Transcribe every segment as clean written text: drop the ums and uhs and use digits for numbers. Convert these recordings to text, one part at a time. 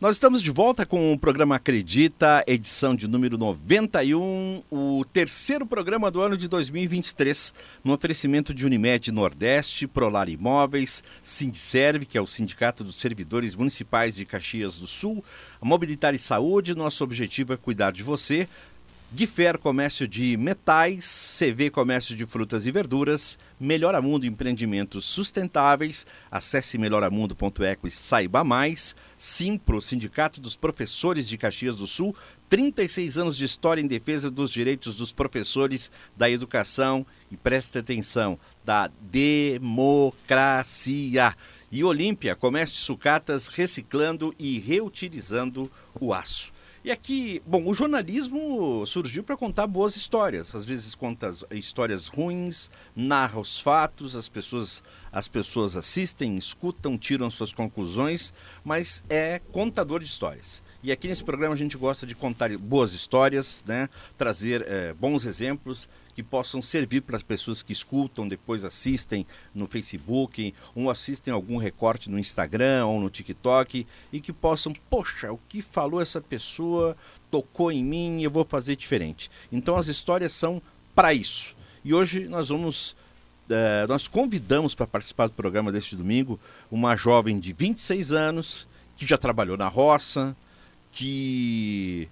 Nós estamos de volta com o programa Acredita, edição de número 91, o terceiro programa do ano de 2023, no oferecimento de Unimed Nordeste, Prolar Imóveis, Sindserv, que é o Sindicato dos Servidores Municipais de Caxias do Sul, a Mobilitar e Saúde. Nosso objetivo é cuidar de você. Guifer Comércio de Metais, CV Comércio de Frutas e Verduras, Melhora Mundo Empreendimentos Sustentáveis, acesse melhoramundo.eco e saiba mais. Simpro, Sindicato dos Professores de Caxias do Sul, 36 anos de história em defesa dos direitos dos professores da educação e preste atenção, da democracia. E Olímpia, Comércio de Sucatas, reciclando e reutilizando o aço. E aqui, bom, o jornalismo surgiu para contar boas histórias. Às vezes conta histórias ruins, narra os fatos, as pessoas assistem, escutam, tiram suas conclusões, mas é contador de histórias. E aqui nesse programa a gente gosta de contar boas histórias, né? Trazer bons exemplos que possam servir para as pessoas que escutam, depois assistem no Facebook, ou assistem algum recorte no Instagram ou no TikTok, e que possam, poxa, o que falou essa pessoa tocou em mim, eu vou fazer diferente. Então as histórias são para isso. E hoje nós convidamos para participar do programa deste domingo uma jovem de 26 anos, que já trabalhou na roça, que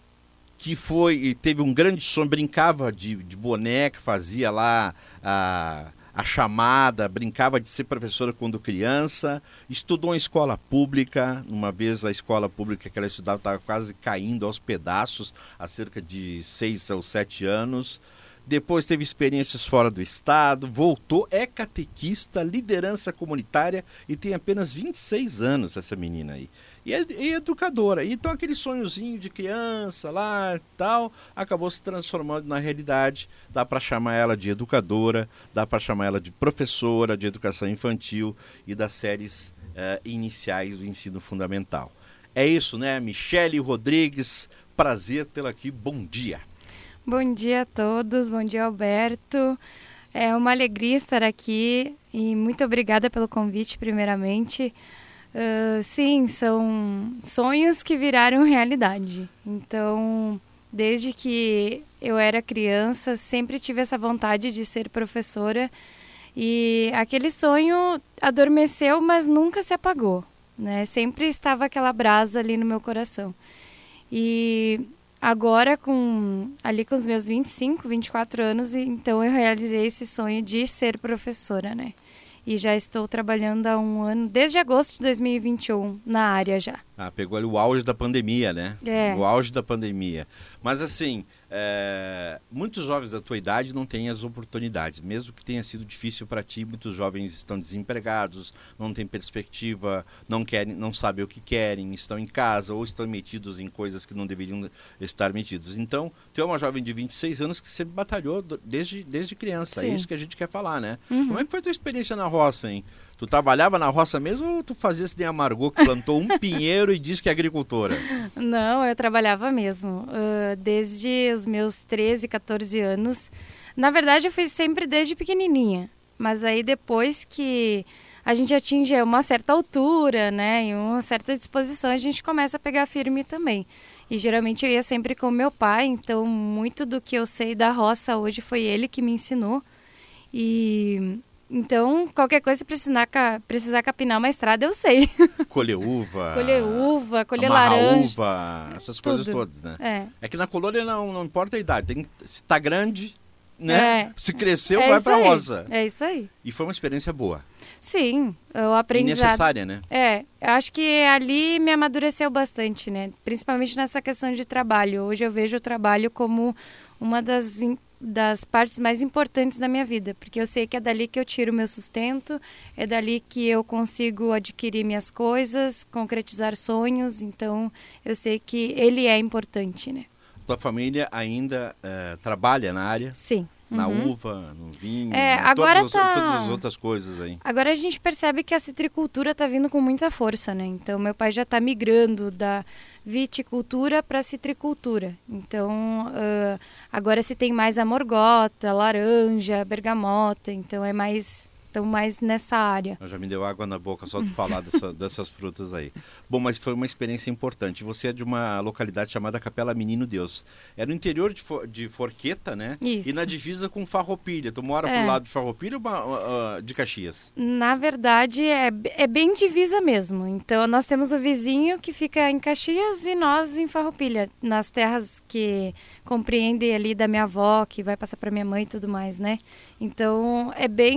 teve um grande sonho, brincava de boneca, fazia lá a chamada, brincava de ser professora quando criança, estudou em escola pública. Uma vez a escola pública que ela estudava estava quase caindo aos pedaços, há cerca de 6 ou 7 anos. Depois teve experiências fora do estado, voltou, é catequista, liderança comunitária e tem apenas 26 anos essa menina aí. E é educadora. Então aquele sonhozinho de criança lá e tal, acabou se transformando na realidade. Dá para chamar ela de educadora, dá para chamar ela de professora de educação infantil e das séries iniciais do ensino fundamental. É isso, né? Michele Rodrigues, prazer tê-la aqui, bom dia. Bom dia a todos, bom dia Alberto, é uma alegria estar aqui e muito obrigada pelo convite primeiramente. Sim, são sonhos que viraram realidade, então desde que eu era criança sempre tive essa vontade de ser professora e aquele sonho adormeceu, mas nunca se apagou, né? Sempre estava aquela brasa ali no meu coração. E agora, com os meus 25, 24 anos, então eu realizei esse sonho de ser professora, né? E já estou trabalhando há um ano, desde agosto de 2021, na área já. Pegou ali o auge da pandemia, né? O auge da pandemia. Mas assim, muitos jovens da tua idade não têm as oportunidades. Mesmo que tenha sido difícil para ti, muitos jovens estão desempregados, não têm perspectiva, não sabem o que querem, estão em casa ou estão metidos em coisas que não deveriam estar metidos. Então, tu é uma jovem de 26 anos que sempre batalhou desde criança. Sim. É isso que a gente quer falar, né? Uhum. Como é que foi a tua experiência na roça, hein? Tu trabalhava na roça mesmo ou tu fazia esse nem a Margot, que plantou um pinheiro e disse que é agricultora? Não, eu trabalhava mesmo. Desde os meus 13, 14 anos. Na verdade, eu fiz sempre desde pequenininha. Mas aí depois que a gente atinge uma certa altura, né, e uma certa disposição, a gente começa a pegar firme também. E geralmente eu ia sempre com meu pai, então muito do que eu sei da roça hoje foi ele que me ensinou. Então, qualquer coisa, se precisar capinar uma estrada, eu sei. Colher uva. Colher laranja. Uva, essas tudo. Coisas todas, né? É que na colônia não importa a idade. Se tá grande, né? Se cresceu, vai pra roça. É isso aí. E foi uma experiência boa. Sim, o aprendizado. E necessária, né? Eu acho que ali me amadureceu bastante, né? Principalmente nessa questão de trabalho. Hoje eu vejo o trabalho como uma das partes mais importantes da minha vida, porque eu sei que é dali que eu tiro o meu sustento, é dali que eu consigo adquirir minhas coisas, concretizar sonhos, então eu sei que ele é importante, né? Tua família ainda trabalha na área? Sim. Na uva, no vinho, todas as outras coisas aí. Agora a gente percebe que a citricultura está vindo com muita força, né? Então meu pai já está migrando da viticultura para citricultura. Então agora se tem mais amorgota, laranja, bergamota, então é mais estão mais nessa área. Já me deu água na boca só de falar dessas frutas aí. Bom, mas foi uma experiência importante. Você é de uma localidade chamada Capela Menino Deus. É no interior de Forqueta, né? Isso. E na divisa com Farroupilha. Tu mora pro lado de Farroupilha ou de Caxias? Na verdade, é bem divisa mesmo. Então, nós temos o vizinho que fica em Caxias e nós em Farroupilha, nas terras que compreendem ali da minha avó, que vai passar para minha mãe e tudo mais, né? Então,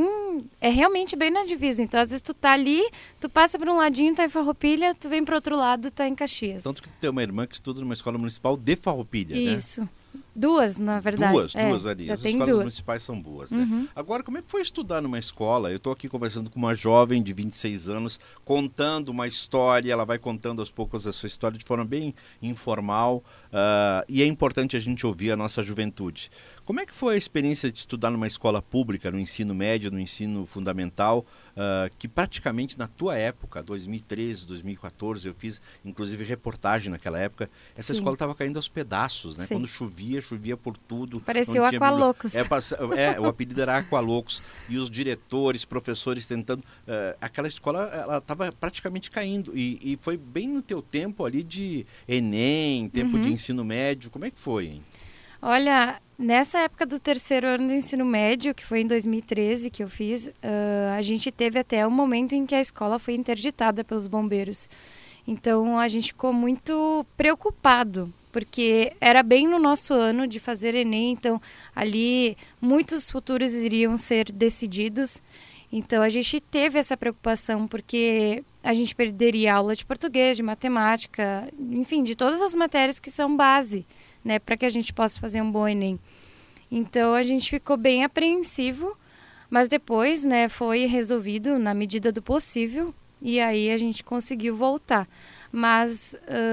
é realmente bem na divisa. Então, às vezes tu tá ali, tu passa por um ladinho, tá em Farroupilha, tu vem pro outro lado, tá em Caxias. Tanto que tu tem uma irmã que estuda numa escola municipal de Farroupilha, né? Isso. Duas, na verdade. Duas ali. As escolas municipais são boas, né? Uhum. Agora, como é que foi estudar numa escola? Eu estou aqui conversando com uma jovem de 26 anos, contando uma história, ela vai contando aos poucos a sua história de forma bem informal, e é importante a gente ouvir a nossa juventude. Como é que foi a experiência de estudar numa escola pública, no ensino médio, no ensino fundamental, que praticamente na tua época, 2013, 2014, eu fiz inclusive reportagem naquela época, essa escola estava caindo aos pedaços, né? Sim. Quando chovia por tudo. Parecia o Aqualocos. O apelido era Aqualocos. E os diretores, professores tentando... aquela escola, ela estava praticamente caindo. E foi bem no teu tempo ali de Enem, tempo de ensino médio. Como é que foi, hein? Olha, nessa época do terceiro ano do ensino médio, que foi em 2013 que eu fiz, a gente teve até um momento em que a escola foi interditada pelos bombeiros. Então, a gente ficou muito preocupado, porque era bem no nosso ano de fazer Enem, então ali muitos futuros iriam ser decididos. Então, a gente teve essa preocupação, porque a gente perderia aula de português, de matemática, enfim, de todas as matérias que são base, né, para que a gente possa fazer um bom Enem. Então, a gente ficou bem apreensivo, mas depois, né, foi resolvido na medida do possível, e aí a gente conseguiu voltar. Mas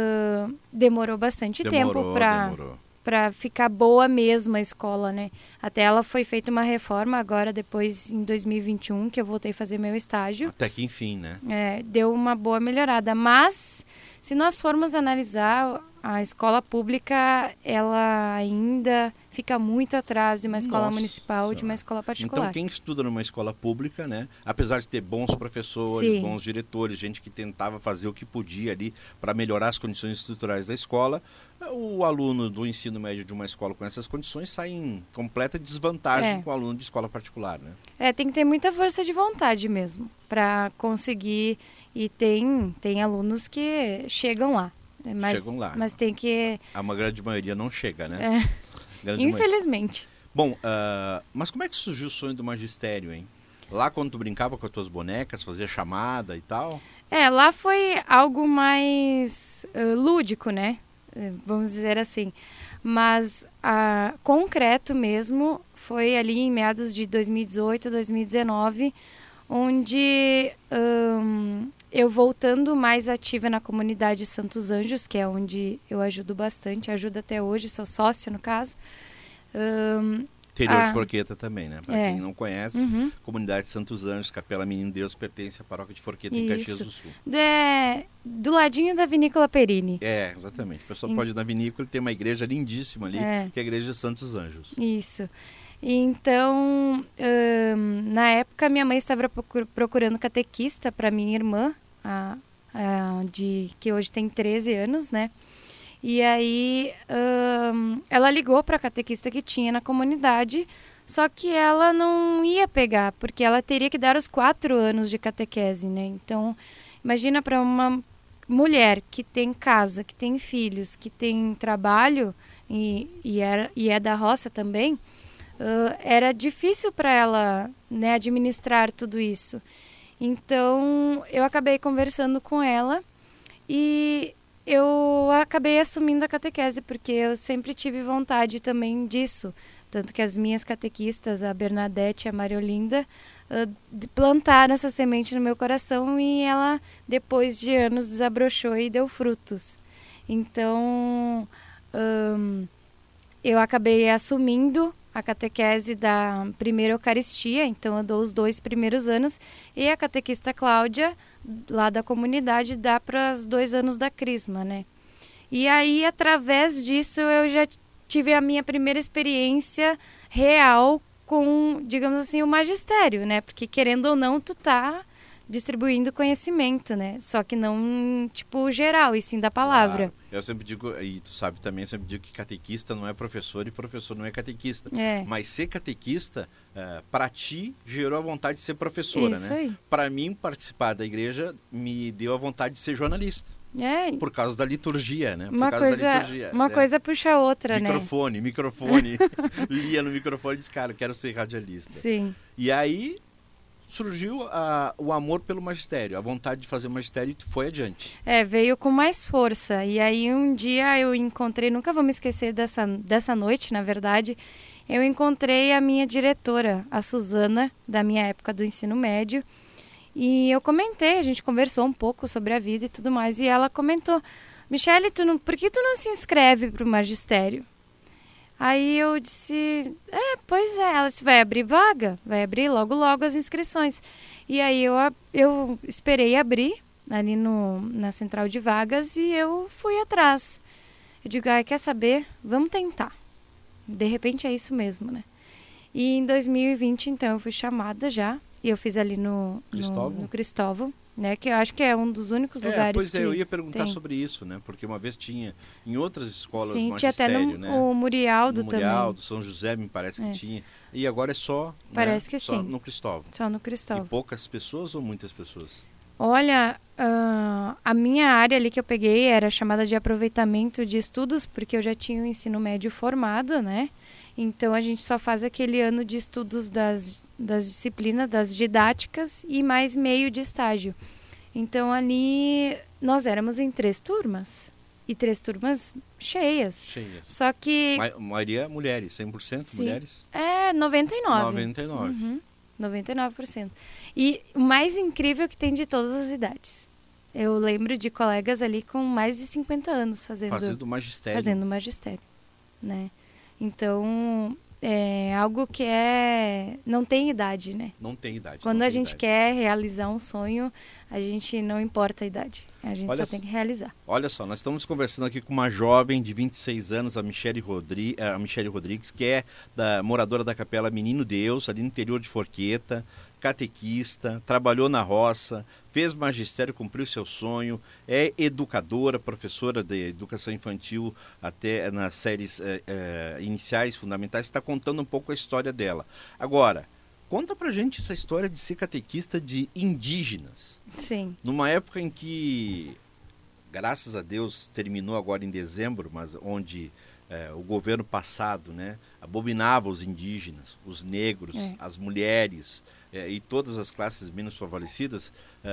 demorou bastante tempo para ficar boa mesmo a escola, né? Até ela foi feita uma reforma agora, depois em 2021, que eu voltei a fazer meu estágio. Até que enfim, né? Deu uma boa melhorada. Mas, se nós formos analisar, a escola pública, ela ainda fica muito atrás de uma escola municipal ou de uma escola particular. Então, quem estuda numa escola pública, né, apesar de ter bons professores, Sim, bons diretores, gente que tentava fazer o que podia ali para melhorar as condições estruturais da escola, o aluno do ensino médio de uma escola com essas condições sai em completa desvantagem com o aluno de escola particular, né? Tem que ter muita força de vontade mesmo para conseguir, e tem alunos que chegam lá. Mas tem que... A uma grande maioria não chega, né? Infelizmente. Bom, mas como é que surgiu o sonho do magistério, hein? Lá quando tu brincava com as tuas bonecas, fazia chamada e tal? Lá foi algo mais lúdico, né? Vamos dizer assim. Mas concreto mesmo foi ali em meados de 2018, 2019, onde... eu voltando mais ativa na comunidade Santos Anjos, que é onde eu ajudo bastante, ajudo até hoje, sou sócia no caso. Interior de Forqueta também, né? Para quem não conhece, comunidade Santos Anjos, Capela Menino Deus, pertence à paróquia de Forqueta, em Caxias do Sul. Do ladinho da Vinícola Perini. Exatamente. O pessoal pode ir na vinícola e tem uma igreja lindíssima ali, que é a igreja de Santos Anjos. Isso. Então, na época, minha mãe estava procurando catequista para minha irmã, que hoje tem 13 anos, né? E aí, ela ligou para a catequista que tinha na comunidade, só que ela não ia pegar, porque ela teria que dar os 4 anos de catequese, né? Então, imagina para uma mulher que tem casa, que tem filhos, que tem trabalho, e é da roça também, era difícil para ela, né, administrar tudo isso. Então, eu acabei conversando com ela e eu acabei assumindo a catequese, porque eu sempre tive vontade também disso. Tanto que as minhas catequistas, a Bernadette e a Mariolinda, plantaram essa semente no meu coração e ela, depois de anos, desabrochou e deu frutos. Então, eu acabei assumindo a catequese da primeira Eucaristia, então eu dou os 2 primeiros anos, e a catequista Cláudia, lá da comunidade, dá para os 2 anos da Crisma, né? E aí, através disso, eu já tive a minha primeira experiência real com, digamos assim, o magistério, né? Porque querendo ou não, tu tá distribuindo conhecimento, né? Só que não, tipo, geral, e sim da palavra. Claro. Eu sempre digo, e tu sabe também, eu sempre digo que catequista não é professor e professor não é catequista. Mas ser catequista, para ti, gerou a vontade de ser professora, isso, né? Aí. Para mim, participar da igreja me deu a vontade de ser jornalista. Por causa da liturgia, né? Uma coisa puxa a outra, microfone. Lia no microfone e disse, cara, eu quero ser radialista. Sim. E aí surgiu o amor pelo magistério, a vontade de fazer o magistério e foi adiante. Veio com mais força. E aí um dia eu encontrei, nunca vou me esquecer dessa noite, na verdade, eu encontrei a minha diretora, a Suzana, da minha época do ensino médio, e eu comentei, a gente conversou um pouco sobre a vida e tudo mais, e ela comentou, Michele, por que tu não se inscreve para o magistério? Aí eu disse, pois é, ela disse, vai abrir vaga? Vai abrir logo as inscrições. E aí eu esperei abrir ali na central de vagas e eu fui atrás. Eu digo, quer saber? Vamos tentar. De repente é isso mesmo, né? E em 2020, então, eu fui chamada já. E eu fiz ali no Cristóvão, né? Que eu acho que é um dos únicos lugares pois eu ia perguntar sobre isso, né? Porque uma vez tinha em outras escolas magistério, tinha até né? O Murialdo também. Murialdo, São José, me parece que tinha. E agora é só, parece que só sim. no Cristóvão. Só no Cristóvão. E poucas pessoas ou muitas pessoas? Olha, a minha área ali que eu peguei era chamada de aproveitamento de estudos, porque eu já tinha o ensino médio formado, né? Então, a gente só faz aquele ano de estudos das disciplinas, das didáticas e mais meio de estágio. Então, ali, nós éramos em 3 turmas. E 3 turmas cheias. Só que... A maioria mulheres, 100% sim. Mulheres? 99%. 99%. 99%. E o mais incrível que tem de todas as idades. Eu lembro de colegas ali com mais de 50 anos fazendo magistério. Fazendo magistério, né? Então, é algo que não tem idade, né? Não tem idade. Quando a gente quer realizar um sonho, a gente não importa a idade. A gente só tem que realizar. Olha só, nós estamos conversando aqui com uma jovem de 26 anos, a Michele Rodrigues, que é moradora da Capela Menino Deus, ali no interior de Forqueta, catequista, trabalhou na roça, fez magistério, cumpriu seu sonho, é educadora, professora de educação infantil até nas séries iniciais, fundamentais, está contando um pouco a história dela. Agora, conta pra gente essa história de ser catequista de indígenas. Sim. Numa época em que, graças a Deus, terminou agora em dezembro, mas onde o governo passado, né, abominava os indígenas, os negros, as mulheres e todas as classes menos favorecidas,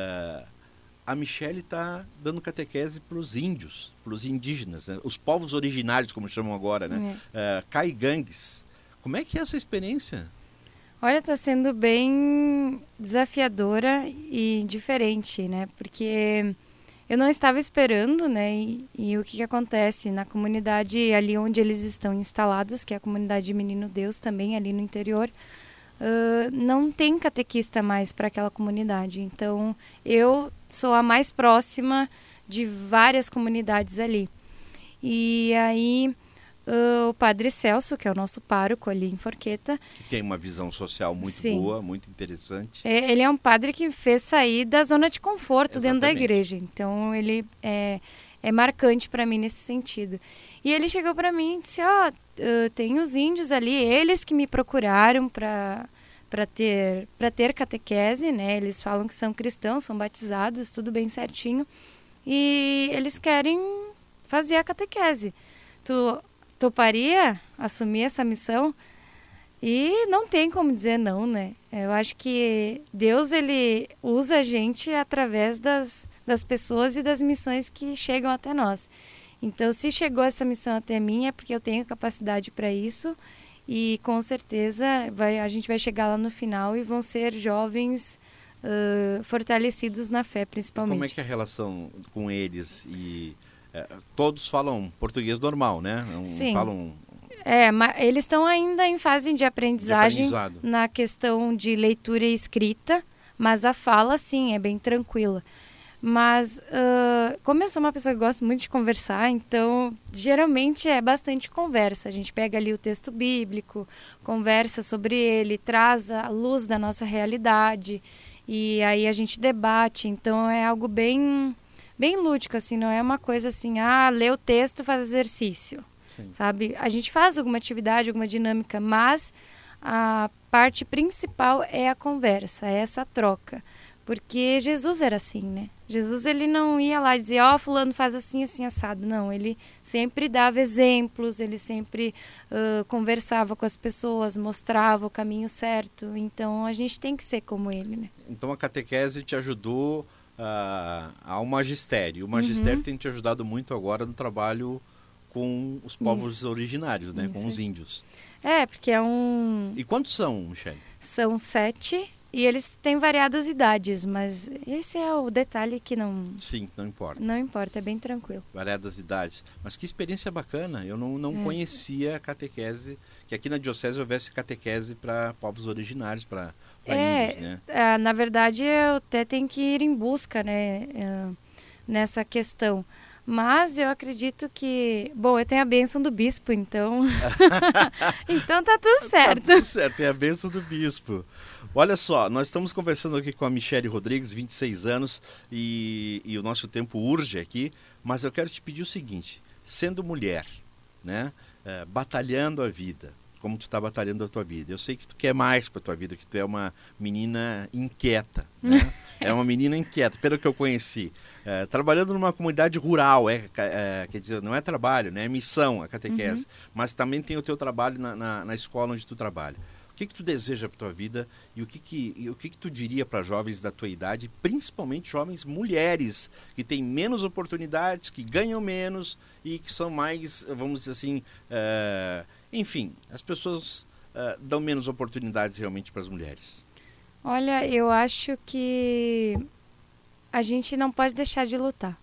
a Michele está dando catequese para os índios, para os indígenas, né, os povos originários, como chamam agora, né, caigangues. Como é que é essa experiência? Olha, está sendo bem desafiadora e diferente, né? Porque eu não estava esperando, né? E o que acontece na comunidade ali onde eles estão instalados, que é a comunidade Menino Deus, também ali no interior, não tem catequista mais para aquela comunidade. Então, eu sou a mais próxima de várias comunidades ali. E aí... o Padre Celso, que é o nosso pároco ali em Forqueta. Que tem uma visão social muito boa, muito interessante. Ele é um padre que fez sair da zona de conforto dentro da igreja. Então, ele é marcante para mim nesse sentido. E ele chegou para mim e disse, tem os índios ali, eles que me procuraram para ter catequese, né? Eles falam que são cristãos, são batizados, tudo bem certinho. E eles querem fazer a catequese. Tu toparia assumir essa missão? E não tem como dizer não, né? Eu acho que Deus, ele usa a gente através das pessoas e das missões que chegam até nós. Então, se chegou essa missão até mim, é porque eu tenho capacidade para isso e com certeza a gente vai chegar lá no final e vão ser jovens fortalecidos na fé, principalmente. Como é que é a relação com eles? Todos falam português normal, né? Sim. Falam... mas eles estão ainda em fase de aprendizagem na questão de leitura e escrita, mas a fala, sim, é bem tranquila. Mas, como eu sou uma pessoa que gosta muito de conversar, então, geralmente é bastante conversa. A gente pega ali o texto bíblico, conversa sobre ele, traz a luz da nossa realidade, e aí a gente debate. Então, é algo bem, bem lúdico, assim, não é uma coisa assim, lê o texto, faz exercício, sabe? A gente faz alguma atividade, alguma dinâmica, mas a parte principal é a conversa, é essa troca. Porque Jesus era assim, né? Jesus, ele não ia lá dizer, fulano faz assim, assim, assado. Não, ele sempre dava exemplos, ele sempre conversava com as pessoas, mostrava o caminho certo. Então, a gente tem que ser como ele, né? Então, a catequese te ajudou ao magistério. O magistério tem te ajudado muito agora no trabalho com os povos originários, né? Com os índios. Porque é um... E quantos são, Michele? São 7... E eles têm variadas idades, mas esse é o detalhe que não... Sim, não importa. Não importa, é bem tranquilo. Variadas idades. Mas que experiência bacana. Eu não conhecia a catequese, que aqui na diocese houvesse catequese para povos originários, para índios, né? Na verdade, eu até tenho que ir em busca, né, nessa questão. Mas eu acredito que... Bom, eu tenho a bênção do bispo, então... então tá tudo certo. Tá tudo certo, tem a bênção do bispo. Olha só, nós estamos conversando aqui com a Michele Rodrigues, 26 anos, e o nosso tempo urge aqui, mas eu quero te pedir o seguinte, sendo mulher, né, batalhando a vida, como tu está batalhando a tua vida, eu sei que tu quer mais para a tua vida, que tu é uma menina inquieta, né? É uma menina inquieta, pelo que eu conheci, trabalhando numa comunidade rural, quer dizer, não é trabalho, né? É missão a catequese, mas também tem o teu trabalho na escola onde tu trabalha. O que tu deseja para tua vida e o que tu diria para jovens da tua idade, principalmente jovens mulheres, que têm menos oportunidades, que ganham menos e que são mais, vamos dizer assim, enfim, as pessoas dão menos oportunidades realmente para as mulheres? Olha, eu acho que a gente não pode deixar de lutar.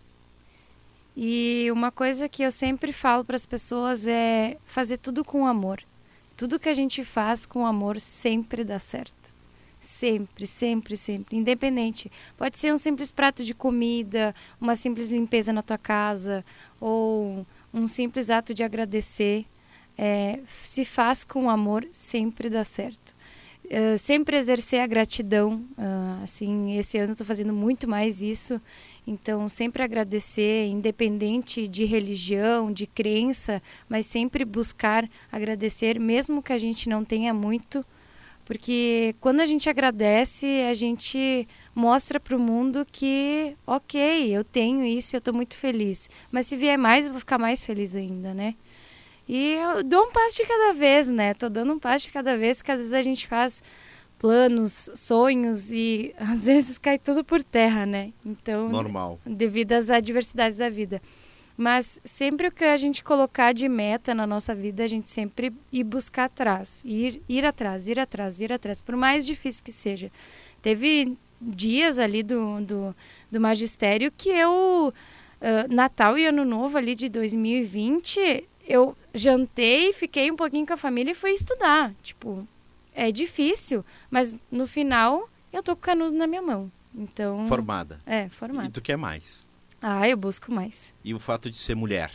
E uma coisa que eu sempre falo para as pessoas é fazer tudo com amor. Tudo que a gente faz com amor sempre dá certo. Sempre, sempre, sempre. Independente. Pode ser um simples prato de comida, uma simples limpeza na tua casa, ou um simples ato de agradecer. Se faz com amor, sempre dá certo. Sempre exercer a gratidão. Assim, esse ano eu estou fazendo muito mais isso. Então, sempre agradecer, independente de religião, de crença, mas sempre buscar agradecer, mesmo que a gente não tenha muito, porque quando a gente agradece, a gente mostra para o mundo que, ok, eu tenho isso, eu estou muito feliz. Mas se vier mais, eu vou ficar mais feliz ainda, né? E eu dou um passo de cada vez, né? Estou dando um passo de cada vez, que às vezes a gente faz planos, sonhos e às vezes cai tudo por terra, né? Então, normal, devido às adversidades da vida. Mas sempre o que a gente colocar de meta na nossa vida, a gente sempre ir buscar atrás, ir atrás, por mais difícil que seja. Teve dias ali do magistério que eu, Natal e Ano Novo ali de 2020, eu jantei, fiquei um pouquinho com a família e fui estudar, tipo... É difícil, mas no final eu tô com o canudo na minha mão. Então, formada. Formada. E tu quer mais? Eu busco mais. E o fato de ser mulher?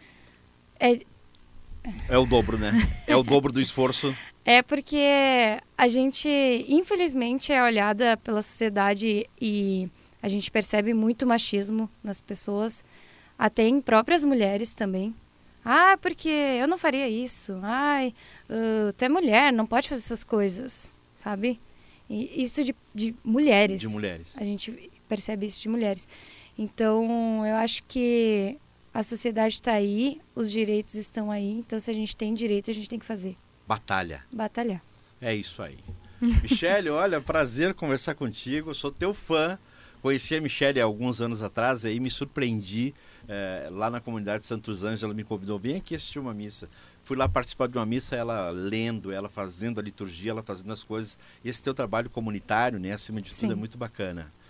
É o dobro, né? É o dobro do esforço. Porque a gente, infelizmente, é olhada pela sociedade e a gente percebe muito machismo nas pessoas, até em próprias mulheres também. Porque eu não faria isso. Tu é mulher, não pode fazer essas coisas, sabe? E isso de mulheres. De mulheres. A gente percebe isso de mulheres. Então, eu acho que a sociedade está aí, os direitos estão aí. Então, se a gente tem direito, a gente tem que fazer. Batalhar. É isso aí. Michele, olha, prazer conversar contigo. Eu sou teu fã. Conheci a Michele há alguns anos atrás, aí me surpreendi lá na comunidade de Santos Anjos. Ela me convidou, vem aqui assistir uma missa. Fui lá participar de uma missa, ela lendo, ela fazendo a liturgia, ela fazendo as coisas. Esse teu trabalho comunitário, né, acima de tudo, é muito bacana.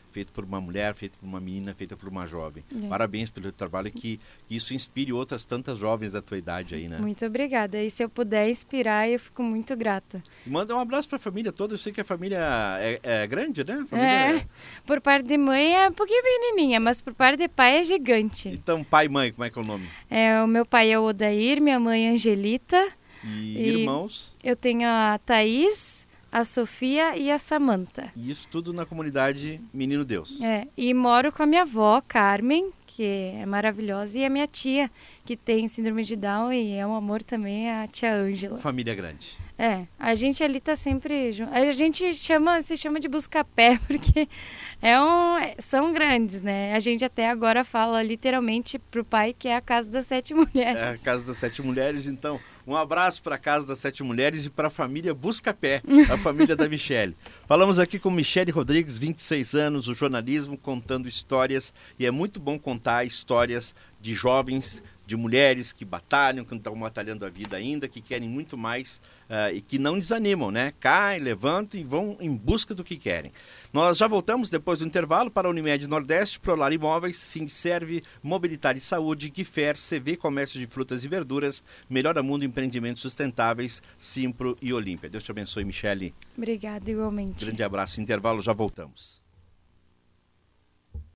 feito por uma mulher, feito por uma menina, feita por uma jovem. É. Parabéns pelo trabalho, que isso inspire outras tantas jovens da tua idade aí, né? Muito obrigada. E se eu puder inspirar, eu fico muito grata. Manda um abraço para a família toda. Eu sei que a família é grande, né? Família... Por parte de mãe é um pouquinho pequenininha, mas por parte de pai é gigante. Então, pai e mãe, como é que é o nome? O meu pai é o Odair, minha mãe é a Angelita. E irmãos? Eu tenho a Thaís, a Sofia e a Samanta. E isso tudo na comunidade Menino Deus. E moro com a minha avó, Carmen, que é maravilhosa, e a minha tia, que tem síndrome de Down e é um amor também, a tia Ângela. Família grande. A gente ali tá sempre junto. A gente se chama de busca-pé, porque são grandes, né? A gente até agora fala literalmente pro pai que é a Casa das Sete Mulheres. É a Casa das Sete Mulheres, então um abraço para a Casa das Sete Mulheres e para a família Busca-Pé, a família da Michele. Falamos aqui com Michele Rodrigues, 26 anos, o jornalismo contando histórias, e é muito bom contar histórias de jovens, de mulheres que batalham, que estão batalhando a vida ainda, que querem muito mais e que não desanimam, né? Caem, levantam e vão em busca do que querem. Nós já voltamos depois do intervalo para a Unimed Nordeste, Prolar Imóveis, Sinserve, Mobilitar e Saúde, Guifer, CV Comércio de Frutas e Verduras, Melhora Mundo Empreendimentos Sustentáveis, Simpro e Olímpia. Deus te abençoe, Michele. Obrigada, igualmente. Grande abraço. Intervalo, já voltamos.